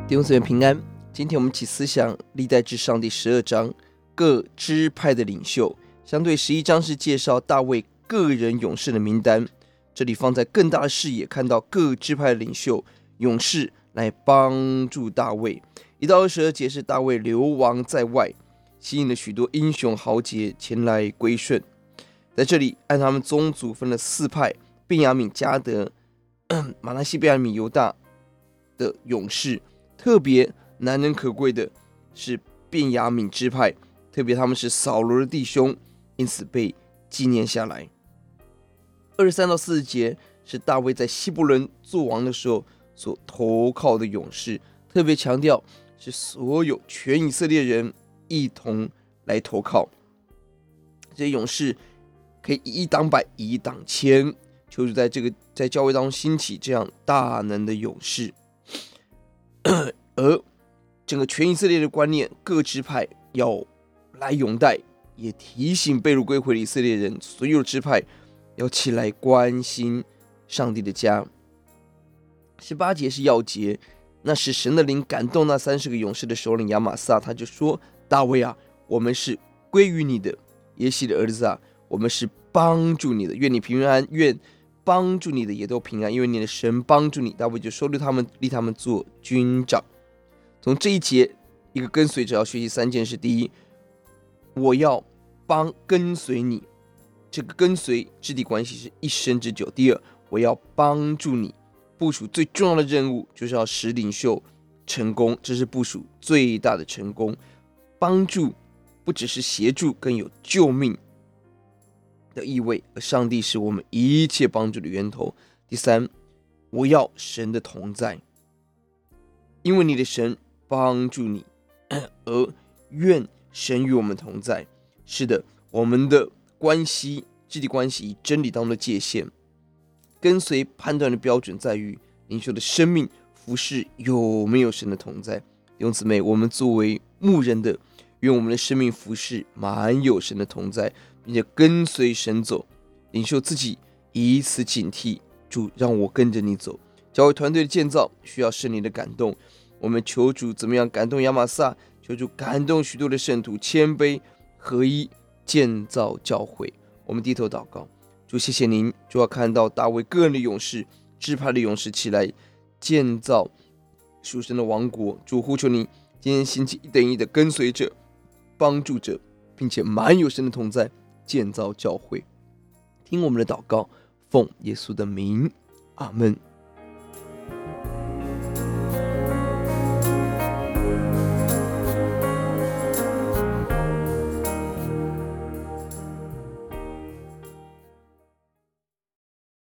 弟兄姊妹平安。今天我们一起思想历代志上第12章各支派的领袖，相对11章是介绍大卫个人勇士的名单，这里放在更大的视野，看到各支派的领袖勇士来帮助大卫。1到22节是大卫流亡在外，吸引了许多英雄豪杰前来归顺。在这里按他们宗族分了4派：便雅悯、迦得、马拿西、便雅悯、犹大的勇士。特别难能可贵的是便雅悯支派，特别他们是扫罗的弟兄，因此被纪念下来。23到40节是大卫在希伯伦做王的时候所投靠的勇士，特别强调是所有全以色列人一同来投靠。这些勇士可以以一挡百，以一挡千，求主在教会当中兴起这样大能的勇士。而整个全以色列的观念，各支派要来拥戴，也提醒被掳归回的以色列人，所有的支派要起来关心上帝的家。18节是要节，那时神的灵感动那30个勇士的首领亚玛撒，他就说：大卫啊，我们是归于你的；耶西的儿子啊，我们是帮助你的。愿你平安，愿帮助你的也都平安，因为你的神帮助你。大卫就收留他们，立他们做军长。从这一节，一个跟随者要学习3件事：第一，我要跟随你，这个跟随肢体关系是一生之久；第二，我要帮助你，部署最重要的任务就是要使领袖成功，这是部署最大的成功。帮助不只是协助，更有救命的意味，而上帝是我们一切帮助的源头。第三，我要神的同在，因为你的神帮助你，而愿神与我们同在。是的，我们的关系，肢体关系以真理当中的界限，跟随判断的标准在于领袖的生命服事有没有神的同在。弟兄姊妹，我们作为牧人的，愿我们的生命服事满有神的同在，并且跟随神走。领袖自己以此警惕，主让我跟着你走。教会团队的建造需要圣灵的感动，我们求主怎么样感动亚玛撒，求主感动许多的圣徒，谦卑合一建造教会。我们低头祷告，主谢谢您，主要看到大卫个人的勇士、支派的勇士起来建造属神的王国。主呼求你今天兴起一等一的跟随者、帮助者，并且满有神的同在，建造教会。听我们的祷告，奉耶稣的名，阿们。